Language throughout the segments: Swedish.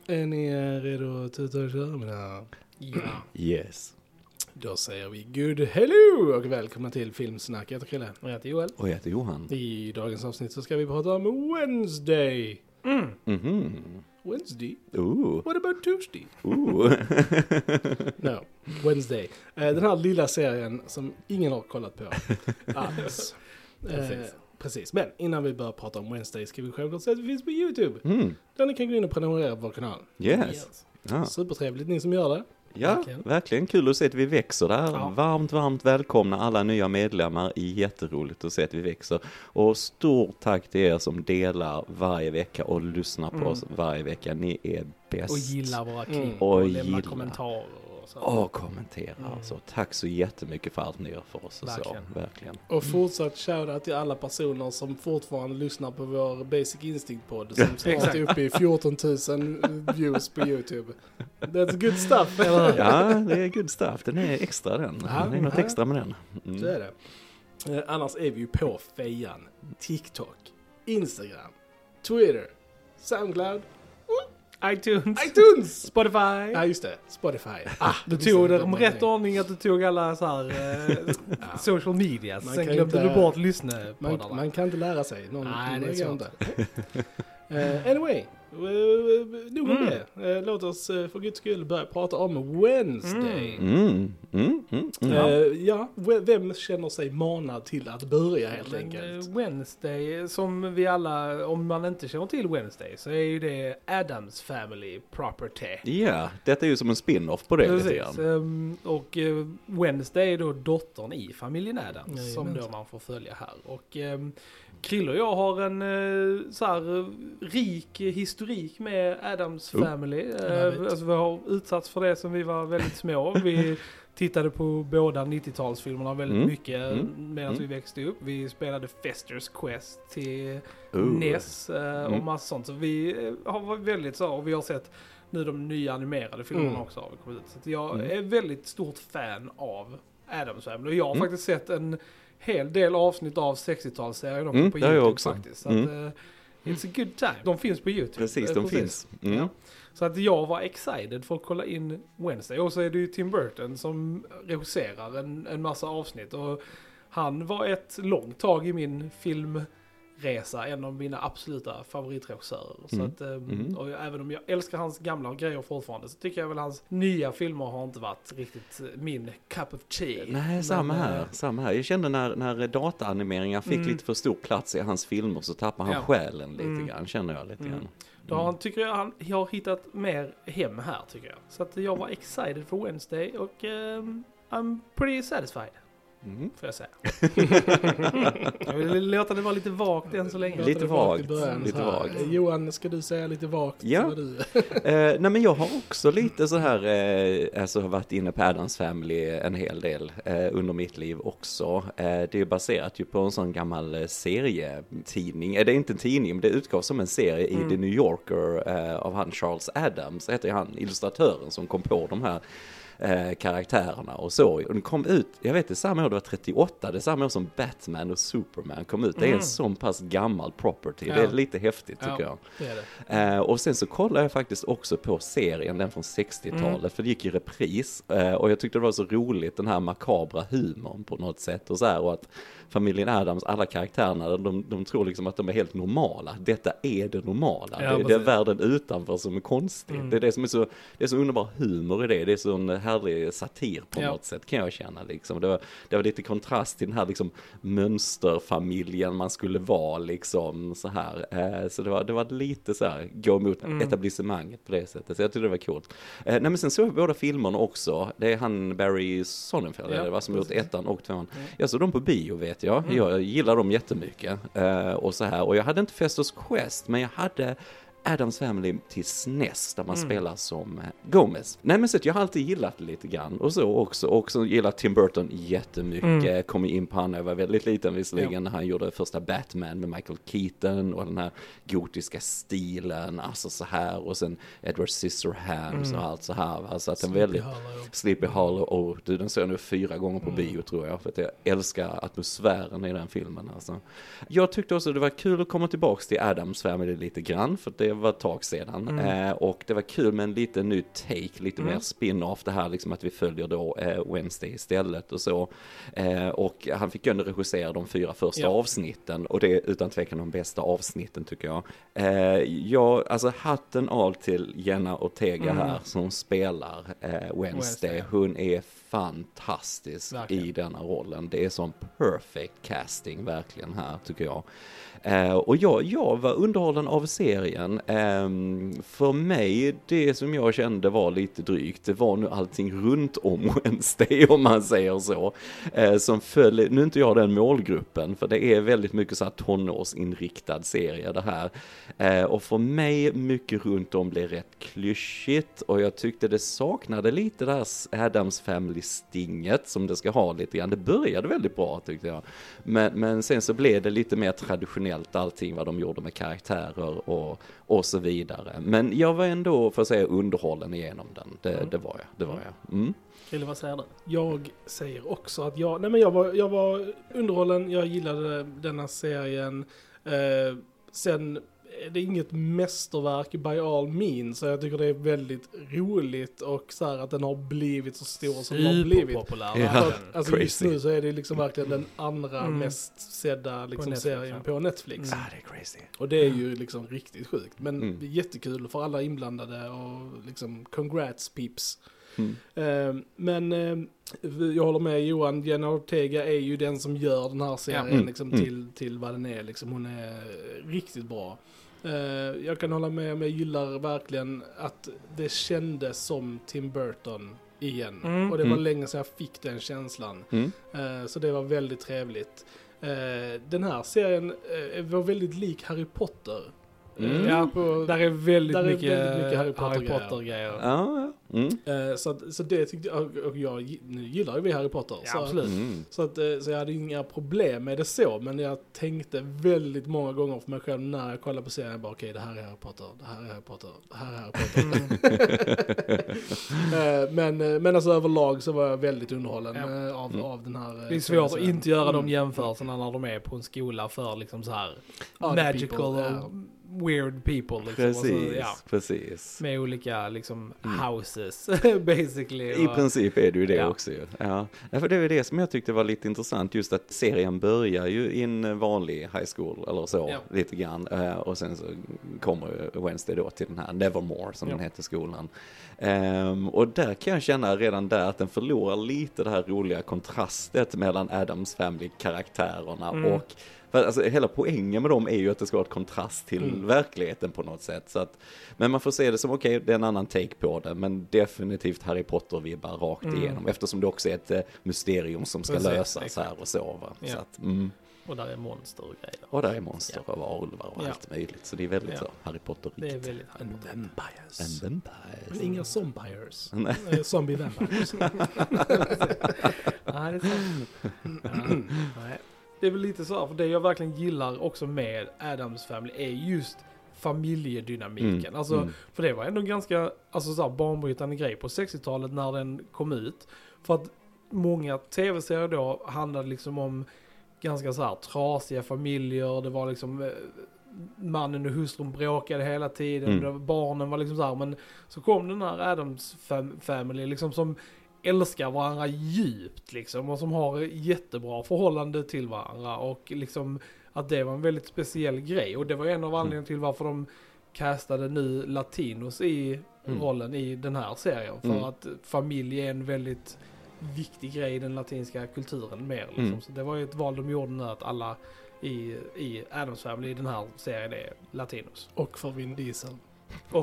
Är ni redo att tuta och köra med det här? Ja. Yes. Då säger vi good hello och välkomna till Filmsnack. Jag heter Krille. Jag heter Joel. Och jag heter Johan. I dagens avsnitt så ska vi prata om Wednesday. Mhm. Wednesday? Ooh. What about Tuesday? Ooh. No, Wednesday. Den här lilla serien som ingen har kollat på alls. Precis. Men innan vi börjar prata om Wednesday ska vi självklart säga att vi finns på YouTube. Där ni kan gå in och prenumerera på vår kanal. Yes. Ja. Supertrevligt ni som gör det. Ja, verkligen kul att se att vi växer där. Ja. Varmt välkomna alla nya medlemmar. Jätteroligt att se att vi växer. Och stort tack till er som delar varje vecka och lyssnar på oss varje vecka. Ni är bäst. Och gillar våra klipp Och och lämnar gillar. kommentarer. Och så. Och kommentera. Så tack så jättemycket för allt ni gör för oss. Och Verkligen. Så. Verkligen. Och fortsatt shoutout till alla personer som fortfarande lyssnar på vår Basic Instinct-podd som snart är uppe i 14 000 views på YouTube. That's good stuff, eller hur? Ja, det är good stuff. Den är extra den. Ja, Det är något ja. extra med den. Så är det. Annars är vi ju på Fejan, TikTok, Instagram, Twitter, Soundcloud, iTunes! Spotify. Ja, just det. Spotify. Du tog det om rätt ordning att du tog alla så här social media. Man Sen kan glömde inte- du bort lyssnapoddarna. Man kan inte lära sig. Nej, det är går svårt. inte. Anyway, nog om det. Låt oss för guds skull börja prata om Wednesday. Vem känner sig manad till att börja helt enkelt? Wednesday, som vi alla, om man inte känner till Wednesday, så är ju det Addams Family Property. Ja, detta är ju som en spin-off på det lite Precis. grann. Och Wednesday är då dottern i familjen Addams som Jajamensan. då man får följa här. Och Krill och jag har en så här rik historik med Addams Family. Alltså vi har utsatts för det som vi var väldigt små. Vi tittade på båda 90-talsfilmerna väldigt mycket medan vi växte upp. Vi spelade Fester's Quest till NES och massa sånt. Så vi har varit väldigt så, och vi har sett nu de nya animerade filmerna också har vi kommit ut. Så jag är väldigt stort fan av Addams Family. Och jag har faktiskt sett en hel del avsnitt av 60-talsserien också på det har jag YouTube också. faktiskt. Så att, it's a good time. De finns på YouTube. Precis, de finns. Ja. Så att jag var excited för att kolla in Wednesday. Och så är det ju Tim Burton som regisserar en massa avsnitt. Och han var ett långt tag i min filmresa en av mina absoluta favoritregissörer. Så att, och även om jag älskar hans gamla grejer fortfarande så tycker jag väl hans nya filmer har inte varit riktigt min cup of tea. Nej, samma här. Jag kände när dataanimeringar fick lite för stor plats i hans filmer så tappade han själen lite grann, känner jag lite grann. Då har tycker jag han har hittat mer hem här tycker jag. Så att jag var excited för Wednesday och I'm pretty satisfied. Får jag säga. Jag vill låta det vara lite vagt än så länge. Lite vagt. Lite vagt. Johan, ska du säga lite vagt? Ja. Vad du? Nej, men jag har också lite så här alltså varit inne på Addams Family en hel del under mitt liv också. Det är baserat ju på en sån gammal serietidning. Det är inte en tidning, men det utgavs som en serie i The New Yorker av han Charles Addams, heter han, illustratören som kom på de här karaktärerna och så. Och den kom ut, jag vet det samma år, det var 38, det samma år som Batman och Superman kom ut. Det är en sån pass gammal property. Det är lite häftigt tycker jag. Det är det. Och sen så kollade jag faktiskt också på serien, den från 60-talet, för det gick i repris. Och jag tyckte det var så roligt, den här makabra humorn på något sätt. Och så här, och att familjen Addams, alla karaktärerna, de tror liksom att de är helt normala. Detta är det normala. Det är världen utanför som är konstigt. Det är det som är så, det är så underbar humor i det. Det är så en härlig satir på något sätt, kan jag känna liksom. Det var lite kontrast till den här liksom mönsterfamiljen man skulle vara liksom så här. Så det var lite så här gå emot etablissemanget på det sättet. Så jag tyckte det var coolt. Nej, men sen såg jag båda filmerna också. Det är han Barry Sonnenfeld det var som gjort ettan och tvåan. Jag såg dem på bio, vet jag. Jag gillar dem jättemycket. Och så här. Och jag hade inte Fester's Quest, men jag hade Addams Family till SNES där man spelar som Gomez. Nej, men så jag har alltid gillat det lite grann och så också gillat Tim Burton jättemycket. Kom in på han när jag var väldigt liten visserligen när han gjorde första Batman med Michael Keaton och den här gotiska stilen, alltså så här, och sen Edward Scissorhands och allt så här. Alltså att en väldigt Sleepy Hollow, och den såg jag nu 4 gånger på bio tror jag, för att jag älskar atmosfären i den filmen alltså. Jag tyckte också det var kul att komma tillbaka till Addams Family lite grann, för det det var ett tag sedan. Och det var kul med en liten ny take, lite mer spin-off, det här liksom att vi följer då Wednesday istället och så. Och han fick ju ändå regissera de 4 första avsnitten, och det är utan tvekan de bästa avsnitten tycker jag. Alltså hatten av till Jenna Ortega här som spelar Wednesday. Hon är fantastisk i denna rollen. Det är som perfect casting verkligen här tycker jag. Och jag var underhållen av serien. För mig, det som jag kände var lite drygt, det var nu allting runt om Wednesday, om man säger så. Som följer, nu är inte jag den målgruppen, för det är väldigt mycket så här tonårsinriktad serie det här. Och för mig, mycket runt om blev rätt klyschigt, och jag tyckte det saknade lite det här Addams Family-stinget som det ska ha lite grann. Det började väldigt bra tyckte jag. Men sen så blev det lite mer traditionellt allting vad de gjorde med karaktärer och så vidare. Men jag var ändå, för att säga, underhållen igenom den. Det var jag. Eller vad säger du? Jag säger också att jag var underhållen, jag gillade denna serien. Sen är det inget mästerverk by all means, så jag tycker det är väldigt roligt och så här att den har blivit så stor som den har blivit. Populär. Alltså just nu så är det liksom verkligen den andra mest sedda liksom serien på Netflix. Det är crazy. Och det är ju liksom riktigt sjukt, men jättekul för alla inblandade och liksom congrats peeps. Men jag håller med Johan, Jenna Ortega är ju den som gör den här serien liksom till vad den är. Liksom, hon är riktigt bra. Jag kan hålla med, jag gillar verkligen att det kändes som Tim Burton igen. Och det var länge sedan jag fick den känslan. Så det var väldigt trevligt. Den här serien var väldigt lik Harry Potter. Där är väldigt mycket Harry Potter-grejer. Så det tyckte jag, och nu gillar ju vi Harry Potter. Ja, absolut. Så jag hade inga problem med det så, men jag tänkte väldigt många gånger för mig själv när jag kollade på serien, jag bara okej, det här är Harry Potter, det här är Harry Potter, det här är Harry Potter. Men alltså överlag så var jag väldigt underhållen av den här. Det är svårt att inte göra de jämförelserna när de är på en skola för liksom så här magical weird people liksom. Precis. Med olika liksom houses basically. I princip är det ju det också ju. Ja, för det är det som jag tyckte var lite intressant, just att serien börjar ju i en vanlig high school eller så lite grann, och sen så kommer Wednesday då till den här Nevermore som den heter skolan. Och där kan jag känna redan där att den förlorar lite det här roliga kontrastet mellan Addams Family-karaktärerna och för alltså, hela poängen med dem är ju att det ska vara ett kontrast till verkligheten på något sätt. Så att, men man får se det som okej, det är en annan take på det, men definitivt Harry Potter-vibbar rakt igenom, eftersom det också är ett mysterium som ska lösas här och så. Va? Så att, och där är monster och grejer. Och där är monster och varulvar och allt möjligt. Så det är väldigt så Harry Potter-rikt. Det är väldigt And vampires. vampires. Inga zombiers. Zombie vampires. Nej, det är sant. Nej. Det är väl lite så här, för det jag verkligen gillar också med Addams Family är just familjedynamiken. För det var ändå en ganska så här banbrytande grej på 60-talet när den kom ut. För att många tv-serier då handlade liksom om ganska så här trasiga familjer. Det var liksom mannen och hustrun bråkade hela tiden. Barnen var liksom så här, men så kom den här Addams Family liksom som älskar varandra djupt liksom, och som har jättebra förhållande till varandra, och liksom att det var en väldigt speciell grej, och det var en av anledningarna till varför de castade nu latinos i rollen i den här serien, för att familj är en väldigt viktig grej i den latinska kulturen mer liksom. Så det var ju ett val de gjorde nu, att alla i Addams Family i den här serien är latinos. Och för Vin Diesel. Och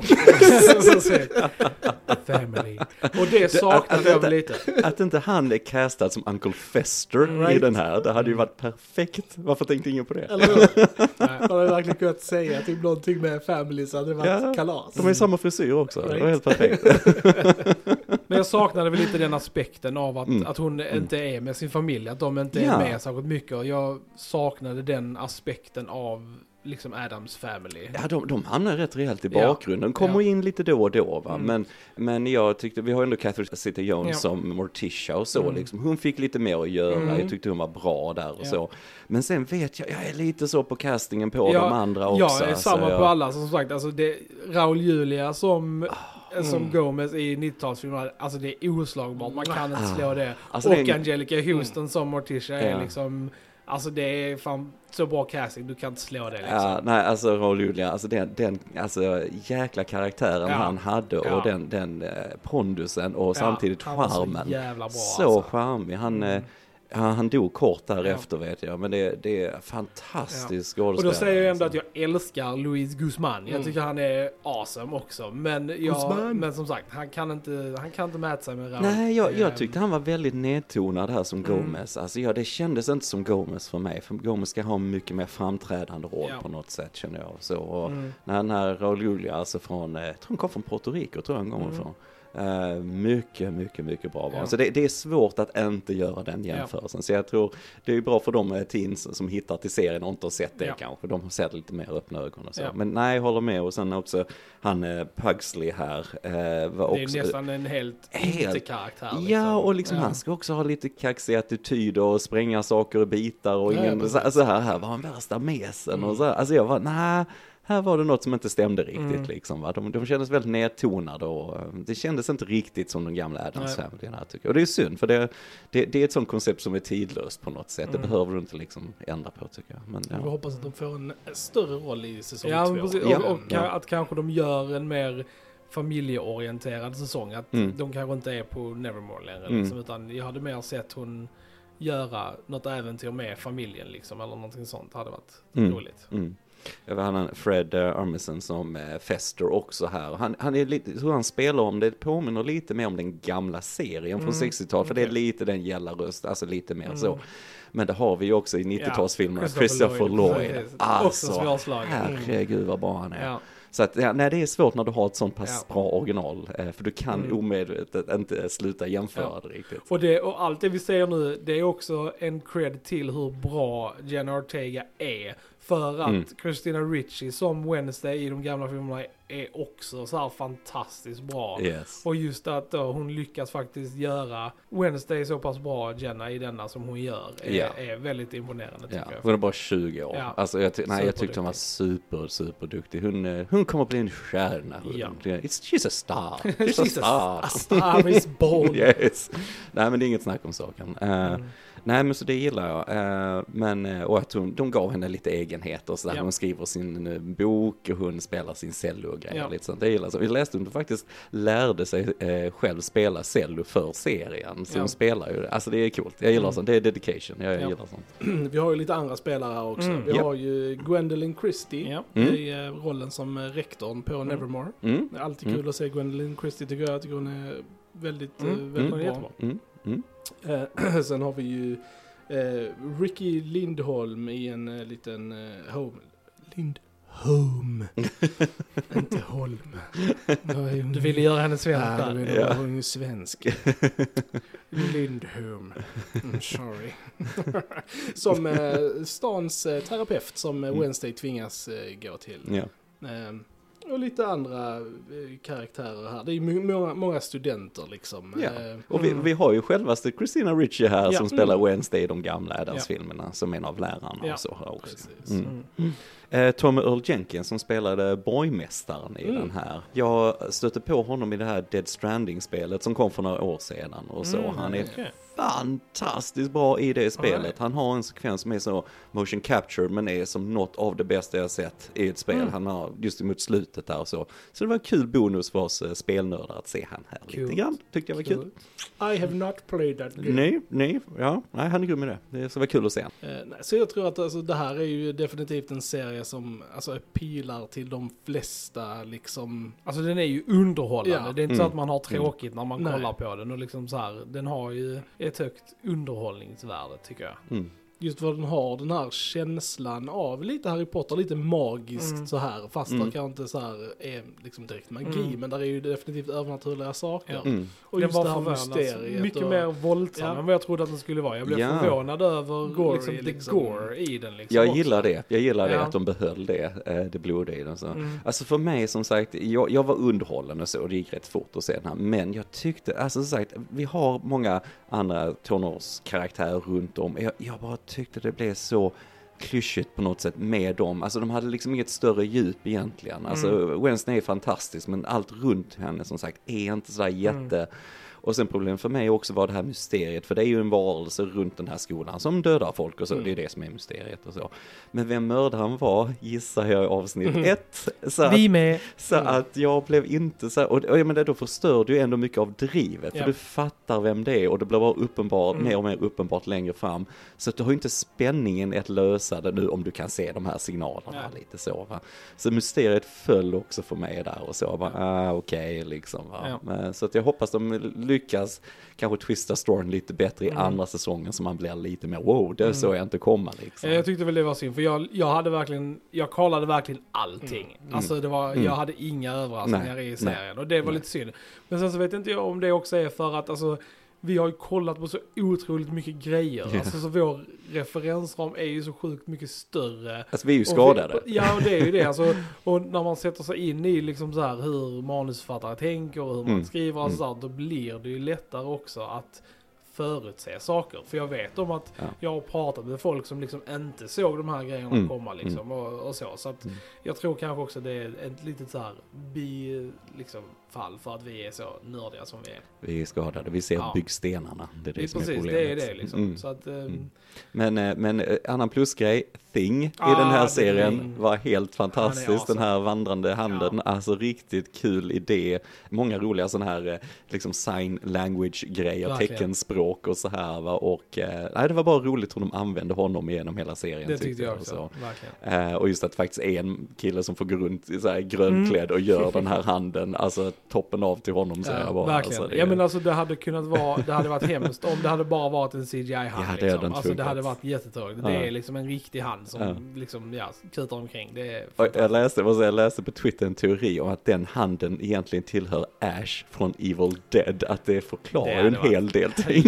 family. Och det saknade jag lite. Att inte han är castad som Uncle Fester i den här, det hade ju varit perfekt. Varför tänkte ingen på det? Eller man hade verkligen kunnat säga typ någonting med family, så hade det varit kalas. De har ju samma frisyr också, det var helt perfekt. Men jag saknade väl lite den aspekten av att hon inte är med sin familj, att de inte är med särskilt mycket, och jag saknade den aspekten av liksom Addams Family. Ja, de hamnar rätt rejält i bakgrunden. Kommer in lite då och då, va? Men jag tyckte, vi har ändå Catherine Zeta-Jones som Morticia och så liksom. Hon fick lite mer att göra. Jag tyckte hon var bra där och så. Men sen vet jag är lite så på castingen på de andra också. Ja, jag är samma på alla. Som sagt, alltså det Raul Julia som Gomez i 90-talsfilmerna, alltså det är oslagbart. Man kan inte slå det. Alltså, och Angelica Houston som Morticia är liksom... Alltså det är fan så bra casting, du kan inte slå det liksom. Ja, nej, alltså Raul Julia, alltså den alltså jäkla karaktären han hade och den pondusen och samtidigt charmen. Så jävla bra. Så charmig, han dog kort därefter vet jag, men det är fantastiskt skådespelare. Och då säger jag ändå att jag älskar Luis Guzman. Jag tycker han är awesome också. Men som sagt, han kan inte mäta sig med Raul. Nej, jag tyckte han var väldigt nedtonad här som Gomez. Alltså det kändes inte som Gomez för mig. För Gomez ska ha mycket mer framträdande roll på något sätt, känner jag. Så, och när Raul Julia, alltså från, jag tror han kom från Puerto Rico, tror jag han kommer från. Mycket bra. Så det är svårt att inte göra den jämförelsen. Så jag tror det är bra för de teens som hittar till serien och inte har sett det kanske. De har sett lite mer öppna ögon och så. Men nej, jag håller med. Och sen också han Pugsley här var också... Det är nästan en helt karaktär. Liksom. Ja, och liksom han ska också ha lite kaxig attityd och spränga saker i bitar och så här var han värsta mesen och så här. Alltså jag var, här var det något som inte stämde riktigt liksom, va? De kändes väldigt nedtonade och det kändes inte riktigt som de gamla Addams Family här, tycker jag. Och det är synd, för det är ett sånt koncept som är tidlöst på något sätt. Det behöver du inte liksom ändra på, tycker jag. Men jag hoppas att de får en större roll i säsong 2. Och att kanske de gör en mer familjeorienterad säsong. Att de kanske inte är på Nevermore längre liksom, utan jag hade mer sett hon göra något äventyr med familjen liksom, eller någonting sånt hade varit roligt. Jag var han Fred Armisen som Fester också här. Han är lite, hur han spelar om det påminner lite mer om den gamla serien från 60-talet. För det är lite den gällarröst, alltså lite mer så. Men det har vi ju också i 90-talsfilmerna. Christopher Lloyd. Alltså, herregud vad bra han är. Ja. Så att, det är svårt när du har ett sånt pass bra original. För du kan omedvetet inte sluta jämföra det riktigt. Och allt det vi säger nu, det är också en cred till hur bra Jenna Ortega är. För att Christina Ricci som Wednesday i de gamla filmerna är också så här fantastiskt bra. Yes. Och just att hon lyckas faktiskt göra Wednesday så pass bra, Jenna, i denna som hon gör är väldigt imponerande, tycker jag. Hon är bara 20 år. Ja. Alltså, jag tyckte hon var super duktig. Hon kommer att bli en stjärna. She's a star. She's a star is born. Yes. Nej, men det är inget snack om saken. Nej, men så det gillar jag. Och att de gav henne lite egenheter och sådär. Hon skriver sin bok och hon spelar sin cello och grejer. Lite sånt. Det gillar jag. Vi läste hon faktiskt lärde sig själv spela cello för serien. Så hon spelar ju. Alltså det är coolt. Jag gillar sånt. Det är dedication. Jag gillar sånt. Vi har ju lite andra spelare här också. Vi har ju Gwendolyn Christie i rollen som rektorn på Nevermore. Det är alltid kul att se Gwendolyn Christie, tycker jag. Jag tycker hon är väldigt bra. Sen har vi ju Ricky Lindholm i en liten Lindholm. Inte Holm. Du ville göra henne svensk där. Ja, hon är svensk. Lindholm. Sorry. Som stans terapeut som Wednesday tvingas gå till. Och lite andra karaktärer här. Det är många studenter liksom. Ja. Och vi har ju självaste Christina Ricci här som spelar Wednesday i de gamla Addams-filmerna som en av lärarna och så här också. Tommy Earl Jenkins som spelade borgmästaren i den här. Jag stötte på honom i det här Dead Stranding-spelet som kom för några år sedan och så. Han är fantastiskt bra i det spelet. Han har en sekvens som är så motion capture men är som något av det bästa jag sett i ett spel. Han har just emot slutet där och så. Så det var en kul bonus för oss spelnördar att se han här lite grann. Tyckte jag var kul. I have not played that game. Nej, han är grym med det. Det var kul att se han. Så jag tror att alltså, det här är ju definitivt en serie som alltså pilar till de flesta liksom. Alltså den är ju underhållande. Det är inte så att man har tråkigt när man kollar på den och liksom så här, den har ju ett högt underhållningsvärde, tycker jag. just vad den har, den här känslan av lite Harry Potter, lite magiskt så här, fast det kanske inte så här är liksom direkt magi, men där är ju definitivt övernaturliga saker. Och just det här mysteriet. Mycket mer våldsam än vad jag trodde att den skulle vara. Jag blev förvånad över Gory, liksom, the gore i den. Liksom, jag gillar det. Jag gillar det att de behöll det blod i den. Så. Alltså för mig, som sagt, jag var underhållen och så, och det gick rätt fort att se den här. Men jag tyckte, alltså som sagt, vi har många andra tonårskaraktärer runt om. Jag bara tyckte det blev så klyschigt på något sätt med dem. Alltså de hade liksom inget större djup egentligen. Alltså Wednesday är fantastisk, men allt runt henne som sagt är inte sådär jätte... Och sen problemet för mig också var det här mysteriet, för det är ju en varelse runt den här skolan som dödar folk och så, det är det som är mysteriet och så. Men vem mördaren var, gissar jag i avsnitt 1. Vi med. Så att jag blev inte så här, och jag menar, då förstör du ju ändå mycket av drivet, för du fattar vem det är och det blir bara uppenbart, mer och mer uppenbart längre fram. Så att du har ju inte spänningen att lösa det nu om du kan se de här signalerna lite så, va. Så mysteriet föll också för mig där och så, bara, okej, liksom, va. Men, så att jag hoppas de lyckas kanske twista storyn lite bättre i andra säsongen, så man blir lite mer, wow, det såg jag inte komma liksom. Jag tyckte väl det var synd, för jag kollade verkligen allting. Alltså det var, jag hade inga överraskningar i serien, och det var lite synd. Men sen så vet inte jag om det också är för att, alltså, vi har ju kollat på så otroligt mycket grejer. Alltså så vår referensram är ju så sjukt mycket större. Alltså vi är ju skadade. Och det är ju det. Alltså, och när man sätter sig in i liksom så här hur manusförfattare tänker och hur man skriver och så här, då blir det ju lättare också att förutse saker. För jag vet om att jag har pratat med folk som liksom inte såg de här grejerna komma liksom, och så. Så att jag tror kanske också det är ett litet så här liksom fall för att vi är så nördiga som vi är. Vi är skadade. Vi ser byggstenarna. Det är det som är problemet. Det är det liksom. Så att, Men annan plusgrej, Thing i den här serien var helt fantastisk. Den här vandrande handen. Alltså riktigt kul idé. Många roliga sådana här liksom sign language grejer, teckenspråk och så här, va? Och det var bara roligt hur de använde honom genom hela serien. Det tyckte jag också. Och just att faktiskt är en kille som får gå runt i så här grönklädd och gör den här handen, alltså toppen av till honom, så jag bara. Verkligen. Alltså, ja, men alltså det hade kunnat vara, det hade varit hemskt om det hade bara varit en CGI-hand. Ja, liksom. Alltså det hade varit jättetråkigt. Det är liksom en riktig hand som liksom, kutar omkring. Det är jag läste på Twitter en teori om att den handen egentligen tillhör Ash från Evil Dead. Att det förklarar en hel del ting.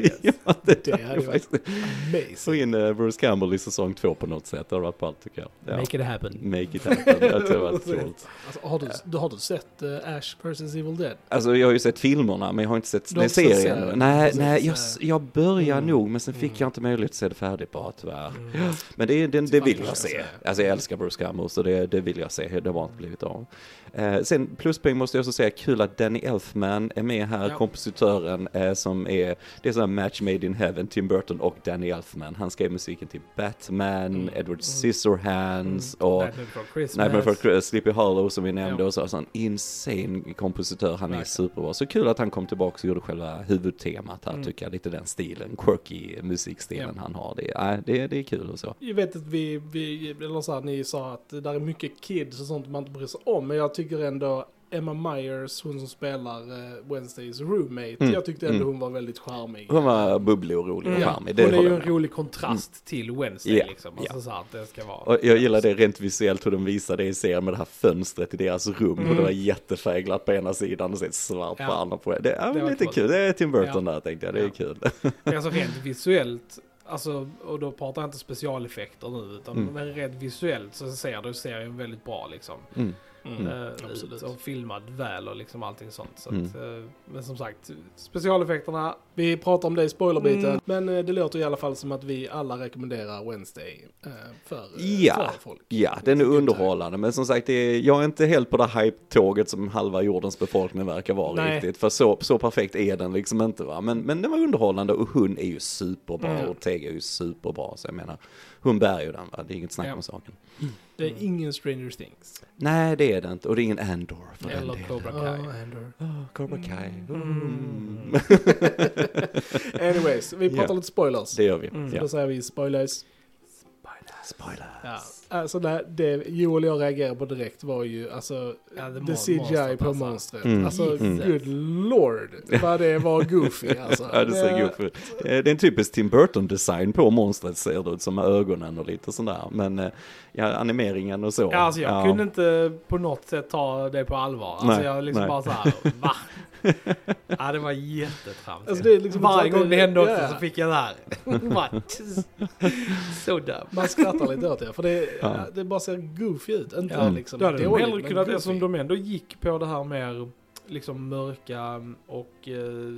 Det hade varit amazing. Så in Bruce Campbell i säsong 2 på något sätt. Det har varit på allt, tycker jag. Ja. Make it happen. Make it happen. Jag tror det var coolt. Alltså, har du sett Ash vs. Evil Dead? Alltså jag har ju sett filmerna, men jag har inte sett serien. Nej, jag börjar nog, men sen fick jag inte möjlighet att se det färdigt bara, tyvärr. Men det vill jag se. Alltså jag älskar Bruce Campbell, så det vill jag se. Det har inte blivit av. Sen pluspoäng måste jag också säga, kul att Danny Elfman är med här, kompositören som är, det är sån här match made in heaven, Tim Burton och Danny Elfman. Han skrev musiken till Batman, Edward Scissorhands och Nightmare Before Christmas, Sleepy Hollow som vi nämnde, och så en insane kompositör. Han är superbra. Så kul att han kom tillbaka och gjorde själva huvudtemat här, tycker jag. Lite den stilen, quirky musikstilen han har. Det är kul och så. Jag vet att eller så här, ni sa att det där är mycket kids och sånt man inte bryr sig om, men jag tycker ändå Emma Myers, hon som spelar Wednesdays roommate, jag tyckte ändå hon var väldigt charmig. Hon var bubblig och rolig och charmig. Hon är ju en rolig kontrast till Wednesday liksom. Alltså så att det ska vara. Och jag gillar det rent visuellt hur de visar det i serien med det här fönstret i deras rum. Och det var jättefärglat på ena sidan och så ett svart på andra på. Det är lite kul. Det är Tim Burton där, tänkte jag. Det är kul. Alltså rent visuellt, alltså, och då pratar jag inte specialeffekter nu, utan men rent visuellt så ser du serien väldigt bra liksom. Absolut. Och filmad väl och liksom allting sånt. Så att, men som sagt, specialeffekterna, vi pratar om det i spoilerbiten, men det låter i alla fall som att vi alla rekommenderar Wednesday för folk. Ja, den är underhållande, men som sagt, jag är inte helt på det hype-tåget som halva jordens befolkning verkar vara riktigt, för så perfekt är den liksom inte, va? Men den var underhållande, och hon är ju superbra och Teg är ju superbra, så jag menar, hon bär ju den, va? Det är inget snack om saken. Det är ingen Stranger Things. Nej, det är det inte. Och det är ingen Andor. Eller Cobra Kai. Cobra Kai. Anyways, vi pratar lite spoilers. Det gör vi. Så då säger vi spoilers. Spoilers. Ja. Alltså det Joel och jag reagerade på direkt var ju alltså the CGI på monstret. Alltså good lord. Vad det var goofy alltså. Ja, det ser goofy ut. Det är en typisk Tim Burton-design på monstret, ser det ut som med ögonen och lite sådär. Men animeringen och så. Ja, alltså jag kunde inte på något sätt ta det på allvar. Alltså jag liksom bara så här, va? Ja, det var jättetramsigt. Alltså det är liksom varje gång det hände också så fick jag det här. Så dumt. Man skrattar lite åt det, för det bara ser goofy ut. Inte liksom då hade de hellre kunnat, goofy. eftersom de ändå gick på det här mer liksom mörka och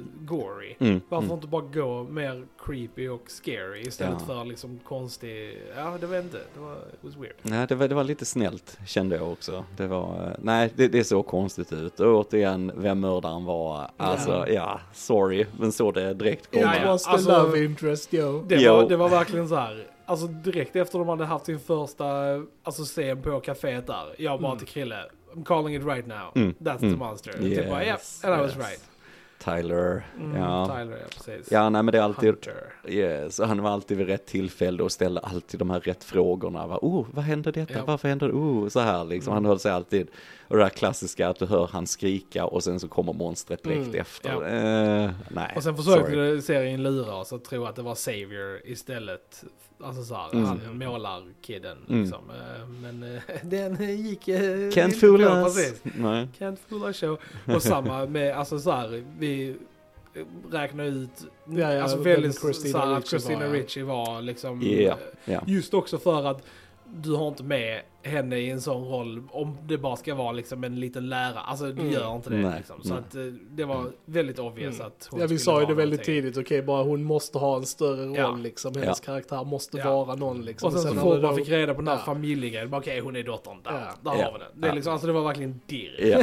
gory. Varför inte bara gå mer creepy och scary istället för liksom konstig, det var inte, it was weird. Nej, det var lite snällt, kände jag också. Det var, nej, det såg konstigt ut. Och återigen, vem mördaren var, alltså, sorry, men så det direkt kom. It was the love interest, Det var verkligen så här. Alltså direkt efter de hade haft sin första scen på kaféet där. Jag bara till Krille, I'm calling it right now. That's the monster. Yes, typ bara, and I was right. Tyler. Tyler, precis. Ja, nej, men det är alltid... Hunter. Yes, han var alltid vid rätt tillfälle och ställde alltid de här rätt frågorna. Vad händer detta? Ja. Varför händer det? Så här liksom. Han höll sig alltid... Och det där klassiska att du hör han skrika och sen så kommer monstret direkt efter. Ja. Nej, och sen försökte serien lura oss att tro att det var Savior istället. Alltså så här, han målarkidden liksom. Men den gick... Can't fool us. Nej. Can't fool us show. Och samma med, alltså så här, vi räknar ut alltså väldigt så här, att Christina Ricci var liksom just också för att du har inte med henne i en sån roll om det bara ska vara liksom en liten lärare. Alltså du gör inte det liksom. Så att det var väldigt obvious att hon vi sa ju det väldigt tidigt, bara hon måste ha en större roll liksom. Hennes karaktär måste vara någon liksom. Och sen så fort man fick reda på den här familjegrejen, okej, hon är dottern där har vi den. Det är liksom, alltså det var verkligen dirr.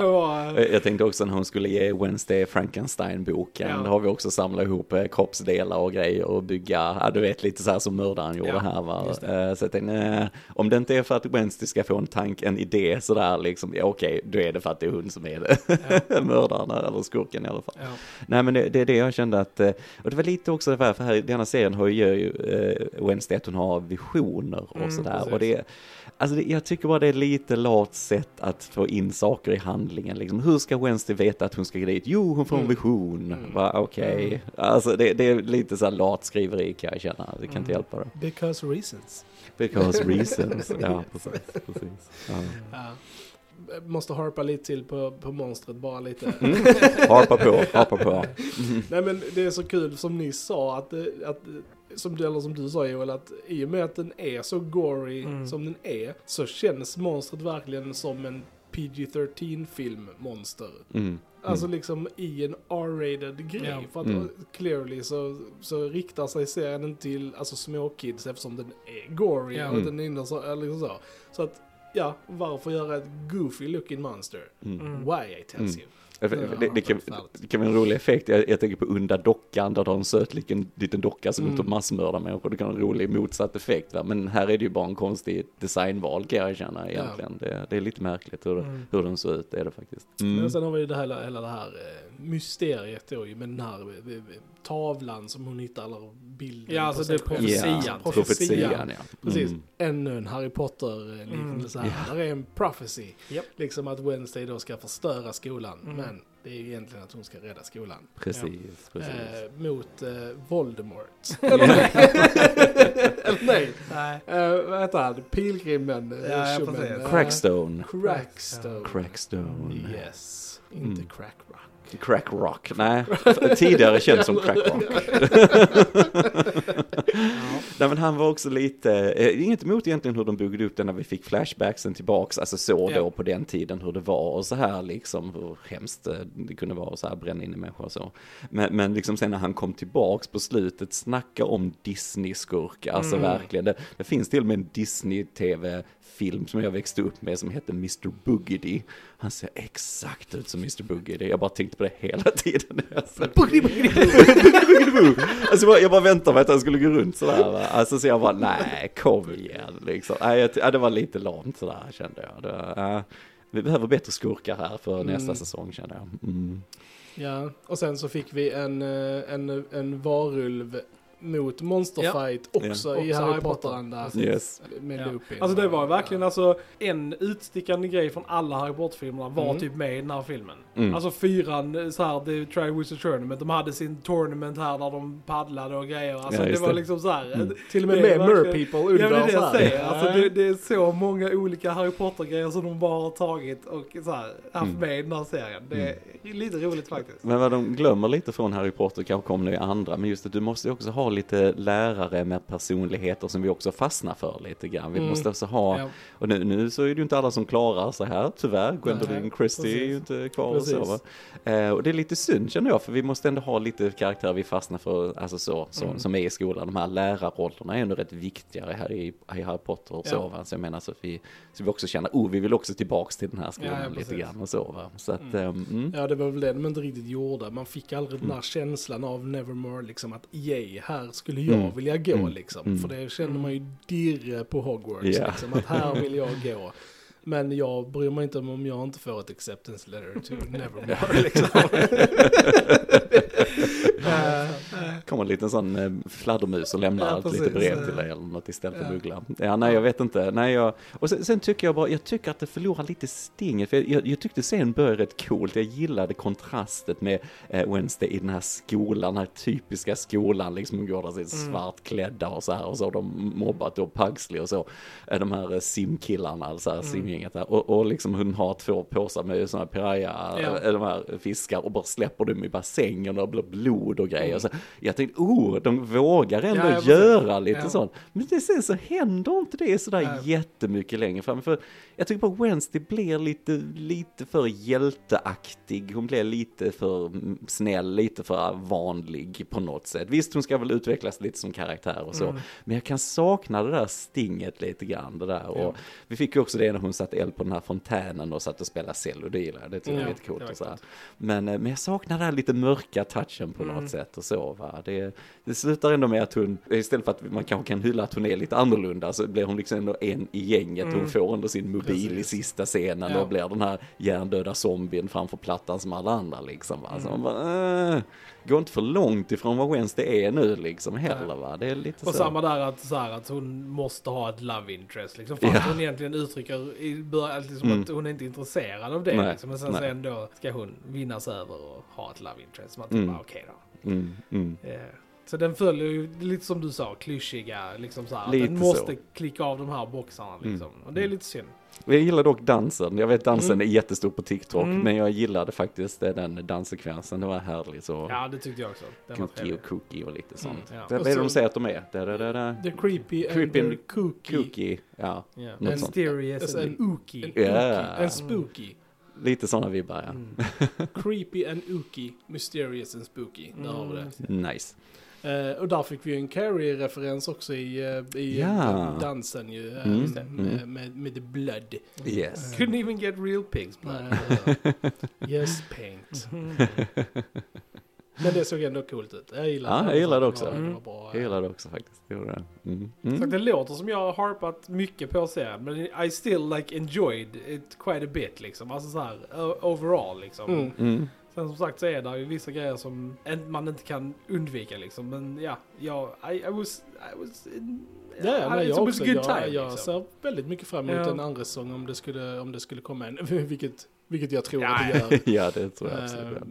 Jag tänkte också när hon skulle ge Wednesday Frankenstein-boken, då har vi också samlat ihop kroppsdelar och grejer och bygga, du vet, lite så här som mördaren gjorde här va. Så jag tänkte, om det inte är för att Wednesday ska få en idé sådär liksom, okej, då är det för att det är hon som är det. Mördaren eller skurken i alla fall. Nej, men det är det jag kände att, och det var lite också för här i denna serien har ju Wednesday att hon har visioner och sådär. Och det alltså jag tycker bara det är lite lat sätt att få in saker i handlingen. Liksom. Hur ska Wednesday veta att hon ska gå dit? Jo, hon får en vision. Okej. Alltså det är lite så här lat skriveri kan jag känna. Det kan inte hjälpa det. Because reasons. Because reasons. Ja, precis. Ja. Måste harpa lite till på monstret, bara lite. Harpa på. Nej, men det är så kul som ni sa att som du sa Joel, att i och med att den är så gory som den är, så känns monstret verkligen som en PG-13-film monster. Alltså liksom i en R-rated grej. För att clearly så riktar sig serien inte till små kids eftersom den är gory och den är liksom så. Så att varför göra ett goofy looking monster? Why I tells you. Det kan vara en rolig effekt. Jag tänker på Unda dockan där de har en söt liten docka som inte massmördar människor. Det kan vara en rolig motsatt effekt. Va? Men här är det ju bara en konstig designval kan jag känna egentligen. Det är lite märkligt hur den ser ut, det är det faktiskt. Men sen har vi ju hela det här mysteriet då med den här tavlan som hon hittar, eller bilden. Ja, alltså det är profetian. Precis. Ännu en Harry Potter liknelse här. Där är en prophecy. Liksom att Wednesday då ska förstöra skolan. Men det är ju egentligen att hon ska rädda skolan. Precis. Mot Voldemort. Eller nej. Vad heter han? Pilgrimen. Crackstone. Yes. Inte Crack Rock. Crack Rock, nej. Tidigare känd som Crack Rock. Nej, men han var också lite, inget emot egentligen hur de byggde upp den när vi fick flashbacksen tillbaks, alltså då på den tiden hur det var och så här liksom, hur hemskt det kunde vara och så här bränna in i människor och så. Men liksom sen när han kom tillbaks på slutet, snacka om Disney-skurk, alltså verkligen. Det finns till och med en Disney-tv-film som jag växte upp med som heter Mr. Boogedy. Han ser exakt ut som Mr. Boogedy. Jag bara tänkte på det hela tiden. Alltså jag bara väntade på att han skulle gå runt sådär. Va? Alltså så jag bara, nej, kom igen. Liksom. Det var lite lamt sådär, kände jag. Vi behöver bättre skurkar här för nästa säsong, kände jag. Ja, och sen så fick vi en varulv mot Monsterfight också i också Harry Potter-anda. Yes. Med Lupin. Alltså det var verkligen alltså en utstickande grej från alla Harry Potter-filmerna var typ med i den här filmen. Alltså 4 så här, The Triwizard Tournament, de hade sin tournament här där de paddlade och grejer. Alltså det var liksom så här. Till och med Mer People under. Ja, det är det jag säger. Alltså det är så många olika Harry Potter-grejer som de bara har tagit och så här haft med i den här serien. Det är lite roligt faktiskt. Men vad de glömmer lite från Harry Potter kanske kommer nu i andra, men just att du måste också ha lite lärare med personligheter som vi också fastnar för lite grann. Vi måste också ha, och nu så är det ju inte alla som klarar så här, tyvärr. Gwendolyn Christie är ju inte kvar och så, va? Och det är lite synd känner jag, för vi måste ändå ha lite karaktärer vi fastnar för, alltså så som är i skolan. De här lärarrollerna är ändå rätt viktigare här i Harry Potter och så, va? Så jag menar så vi också känner, vi vill också tillbaks till den här skolan lite grann och så, va? Så att, Ja, det var väl det de inte riktigt gjorde. Man fick aldrig den här känslan av Nevermore, liksom att här skulle jag vilja gå, liksom. För det känner man ju dirre på Hogwarts, liksom, att här vill jag gå. Men jag bryr mig inte om jag inte får ett acceptance letter to Nevermore, liksom. kommer en liten sån fladdermus och lämnar ett litet brev till dig eller något istället för buggla. Ja, nej, jag vet inte. Och sen tycker jag tycker att det förlorar lite stinget. För jag tyckte scenen började rätt coolt. Jag gillade kontrastet med Wednesday i den här skolan, den här typiska skolan, liksom hon går där sig svartklädda och så här, och så har de mobbat då Pugsley och så. De här simkillarna, alltså simgänget där. Och liksom hon har 2 påsar med såna här piraya, de här fiskar, och bara släpper dem i bassängen och blir blod och grejer. Så jag tänkte, de vågar ändå göra lite sånt. Men det sen så händer inte det sådär jättemycket längre fram. För jag tycker på Wednesday blir lite för hjälteaktig. Hon blir lite för snäll, lite för vanlig på något sätt. Visst, hon ska väl utvecklas lite som karaktär och så. Men jag kan sakna det där stinget lite grann. Det där. Och vi fick ju också det när hon satt eld på den här fontänen och satt och spelade cello. Det gillar jag. Det tycker jag är lite coolt. Och så här. Men jag saknar den här lite mörka touchen på något sätt och så, va. Det slutar ändå med att hon, istället för att man kanske kan hylla att hon är lite annorlunda, så blir hon liksom ändå en i gänget. Hon får ändå sin mobil i sista scenen och blir den här hjärndöda zombien framför plattan som alla andra liksom, va. Så man bara, går inte för långt ifrån vad Wednesday är nu liksom heller, va. Det är lite och så. samma där att hon måste ha ett love interest liksom, fast hon egentligen uttrycker i början liksom att hon är inte intresserad av det liksom, men sen så ändå ska hon vinnas över och ha ett love interest, man typ bara okej då. Så den följer ju lite som du sa, klyschiga liksom så här, att den måste klicka av de här boxarna liksom. Och det är lite synd. Jag gillar dock dansen. Jag vet dansen är jättestor på TikTok, men jag gillade faktiskt den danssekvensen. Det var härligt så. Ja, det tyckte jag också. Cookie och cookie och lite sånt. Ja. Vad är det de säger att de är? The creepy and the cookie. Ja. Mysterious and ooky. And spooky. Lite sådana vibbar, Creepy and ooky, mysterious and spooky. Där har vi det. Nice. Och där fick vi ju en Carrie-referens också i dansen ju, med the blood. Yes. Couldn't even get real pigs blood. Yes, paint. Men det såg ändå coolt ut. Jag gillar det också. Det var bra. Jag gillar det också faktiskt. Så det låter som jag har harpat mycket på serien, men I still like enjoyed it quite a bit liksom. Alltså så här overall liksom. Sen som sagt så är det ju vissa grejer som man inte kan undvika liksom. Men I was jag liksom. ser väldigt mycket fram emot en andra säsong om det skulle komma en, vilket jag tror att det gör. Ja, det tror jag absolut.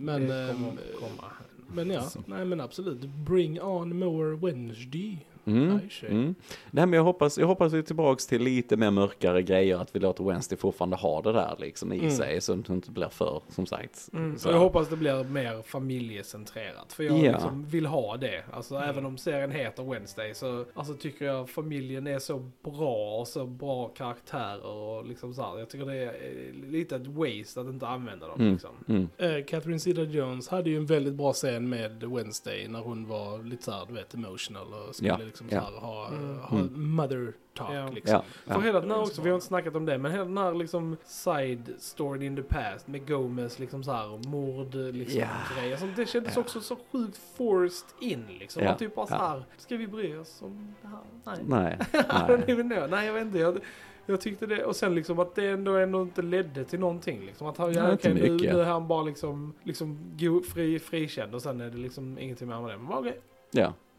Men absolut. Bring on more Wednesday. Nej, men jag hoppas vi är tillbaks till lite mer mörkare grejer, att vi låter Wednesday fortfarande ha det där liksom i sig, så att det inte blir för, som sagt. Så jag hoppas det blir mer familjecentrerat, för jag liksom vill ha det. Alltså även om serien heter Wednesday, så alltså, tycker jag familjen är så bra och så bra karaktärer och liksom så här. Jag tycker det är lite ett waste att inte använda dem liksom. Catherine Zeta-Jones hade ju en väldigt bra scen med Wednesday när hon var lite så här, du vet, emotional och skulle liksom så här, ha mother talk liksom. För hela den här också, vi har inte snackat om det, men hela den här liksom side story in the past med Gomez liksom så här, mord liksom grejer. Så det kändes också så sjukt forced in liksom. Man typ bara så här, ska vi bry oss om det här? Nej. I don't even know. Nej, jag vet inte. Jag tyckte det, och sen liksom att det ändå inte ledde till någonting liksom, att han nu är han bara liksom frikänd och sen är det liksom ingenting mer med det, men okej. Ja.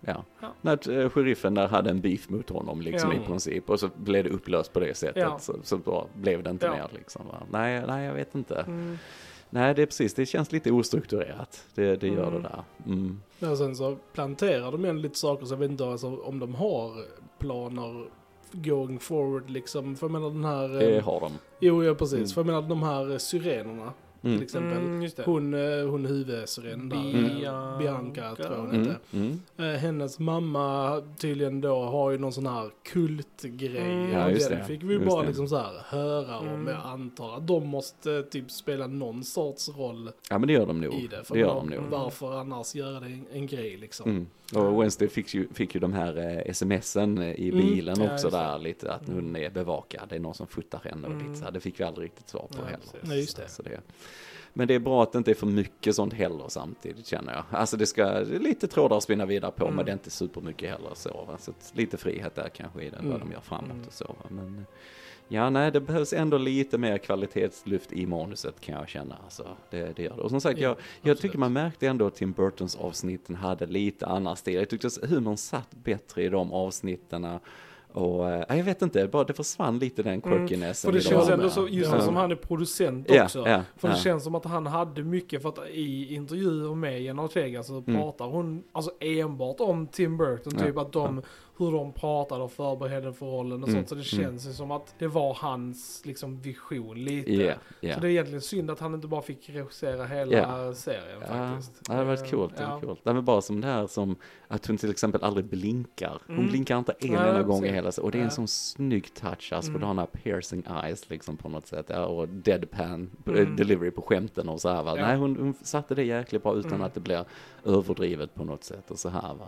Ja. Ja. När sheriffen där hade en beef mot honom liksom Ja. i princip. Och så blev det upplöst på det sättet. Ja. Så då blev det inte Ja. mer liksom. Va? Nej, jag vet inte. Mm. Nej, det är precis. Det känns lite ostrukturerat. Det gör det där. Mm. Och sen så planterar de igen lite saker, så jag vet inte alltså, om de har planer going forward liksom. För jag menar den här... Det har de. Jo, ja precis. Mm. För jag menar de här syrenerna Mm. till exempel. Just det. Hon huvudsyren där. Bianca tror jag hon Mm. heter. Mm. Hennes mamma tydligen då har ju någon sån här kultgrej. Mm. Ja, just Den det. fick vi Just bara det. liksom så här höra om. Mm. Jag antar att de måste typ spela någon sorts roll Ja, men det gör de nog. i det. För Det gör de nog. varför annars göra det en grej liksom. Mm. Och Wednesday fick ju de här sms'en i bilen Ja, också just det. där lite, att hon är bevakad, det är någon som fotar henne och lite så här. Det fick vi aldrig riktigt svar på Ja, heller. precis. Nej, just det. Så men det är bra att det inte är för mycket sånt heller samtidigt, känner jag. Alltså det ska lite trådar att spinna vidare på, men det är inte supermycket heller så. Va? Så att lite frihet där kanske i den, vad de gör framåt och så. Va? Men ja, nej, det behövs ändå lite mer kvalitetslyft i manuset kan jag känna. Alltså, det gör det. Och som sagt, Ja, jag tycker man märkte ändå att Tim Burtons avsnitten hade lite annan stil. Jag tyckte att humorn satt bättre i de avsnitterna. Och jag vet inte, bara det försvann lite den quirkinessen. För det i de känns andra. ändå så, just Ja. som han är producent Ja, också. ja, För det ja. känns som att han hade mycket, för att i intervjuer med Jenna Ortega så pratar hon alltså enbart om Tim Burton, typ att hur de pratade och förberedde för rollen och sånt. Så det känns ju som att det var hans liksom vision lite. Ja, ja. Så det är egentligen synd att han inte bara fick regissera hela serien faktiskt. Ja, det hade varit coolt. Ja. Coolt. Det är bara som det här som att hon till exempel aldrig blinkar. Hon blinkar inte en Nej, enda gång i precis. hela. Och det är en Ja. sån snygg touch. Alltså, för då har han här piercing eyes liksom på något sätt. Ja, och deadpan delivery på skämten och så här. Va? Ja. Nej, hon satte det jäkligt bra utan att det blir överdrivet på något sätt och så här. Va?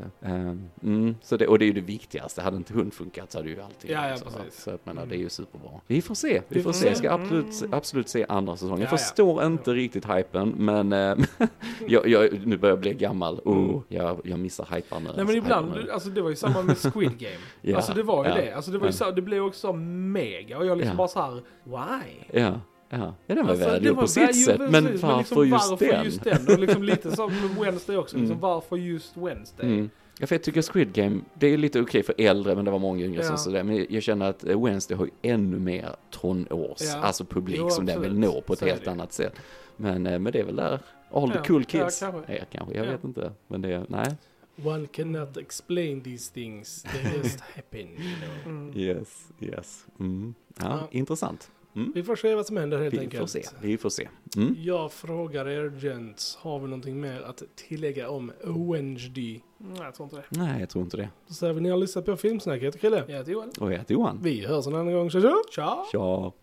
Så det, och det är ju det viktigaste. Hade inte hon funkat så hade ju alltid. Ja, så, precis. så jag menar, det är ju superbra. Vi får se. Vi får se. Jag ska absolut se andra säsongen. Jag Ja, förstår inte riktigt hypen, men nu börjar jag bli gammal. Jag missar hypar nu. Nej, men ibland, alltså det var ju samma med Squid Game. Ja, Alltså det var ju ja. det. Alltså det var ju så, det blev också mega. Och jag liksom bara så här: why? Ja, den var Alltså, väl det gjord var på sitt väl- sätt, men precis, varför liksom, just den? Och liksom lite som med Wednesday också. Liksom, varför just Wednesday? Ja, för jag tycker Squid Game, det är lite okej för äldre, men det var många yngre som Ja. sådär. Men jag känner att Wednesday har ju ännu mer tonårs, Ja. alltså publik Jo, som den vill absolut. nå på ett Så är helt det. annat sätt. Men det är väl där, all the Ja, cool ja, kids. kanske. Kanske, jag Ja. vet inte. Men det, nej. One cannot explain these things. They just happen, you know. Yes. Ja, Ja. intressant. Vi får se vad som händer helt Vi enkelt. får se. Jag frågar er gents, har vi någonting mer att tillägga om Wednesday? Nej, jag tror inte det. Nej, jag tror inte det. Så säger vi ni har lyssnat på Filmsnack. Jag heter Krille. Jag heter Joel. Och jag heter Johan. Vi hörs en annan gång. Tja! Tja!